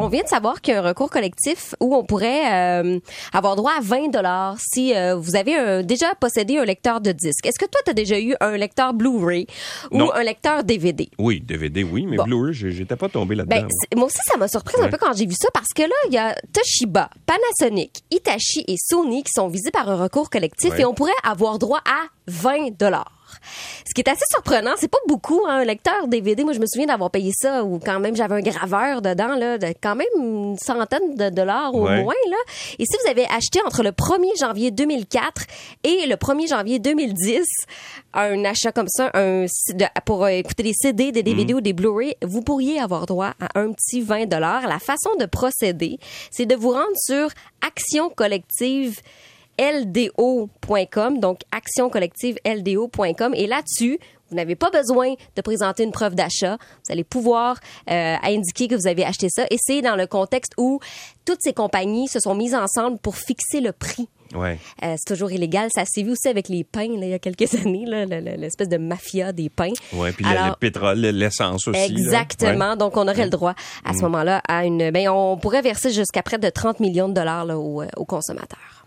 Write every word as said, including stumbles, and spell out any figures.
on vient de savoir qu'il y a un recours collectif où on pourrait euh, avoir droit à vingt dollars si euh, vous avez un, déjà possédé un lecteur de disque. Est-ce que toi, tu as déjà eu un lecteur Blu-ray ou non. un lecteur D V D? Oui, D V D, oui, mais bon. Blu-ray, j'étais pas tombé là-dedans. Ben, moi aussi, ça m'a surprise ouais. un peu quand j'ai vu ça parce que là, il y a Toshiba, Panasonic, Hitachi et Sony qui sont visés par un recours collectif ouais. et on pourrait avoir droit à vingt dollars. Ce qui est assez surprenant, c'est pas beaucoup, hein, un lecteur D V D. Moi, je me souviens d'avoir payé ça ou quand même j'avais un graveur dedans, là, de quand même une centaine de dollars au ouais. moins, là. Et si vous avez acheté entre le premier janvier deux mille quatre et le premier janvier deux mille dix un achat comme ça, un, de, pour écouter des C D, des D V D mmh. ou des Blu-ray, vous pourriez avoir droit à un petit vingt dollars. La façon de procéder, c'est de vous rendre sur Action Collective L D O point com, donc Action Collective L D O point com. Et là-dessus, vous n'avez pas besoin de présenter une preuve d'achat. Vous allez pouvoir euh, indiquer que vous avez acheté ça. Et c'est dans le contexte où toutes ces compagnies se sont mises ensemble pour fixer le prix. Ouais. Euh, c'est toujours illégal. Ça s'est vu aussi avec les pains, là, il y a quelques années, là, l'espèce de mafia des pains. Oui, puis Alors, le, le pétrole, l'essence aussi. Exactement. Ouais. Donc, on aurait ouais. le droit à ce mmh. moment-là à une... Ben, on pourrait verser jusqu'à près de trente millions de dollars là, aux, aux consommateurs.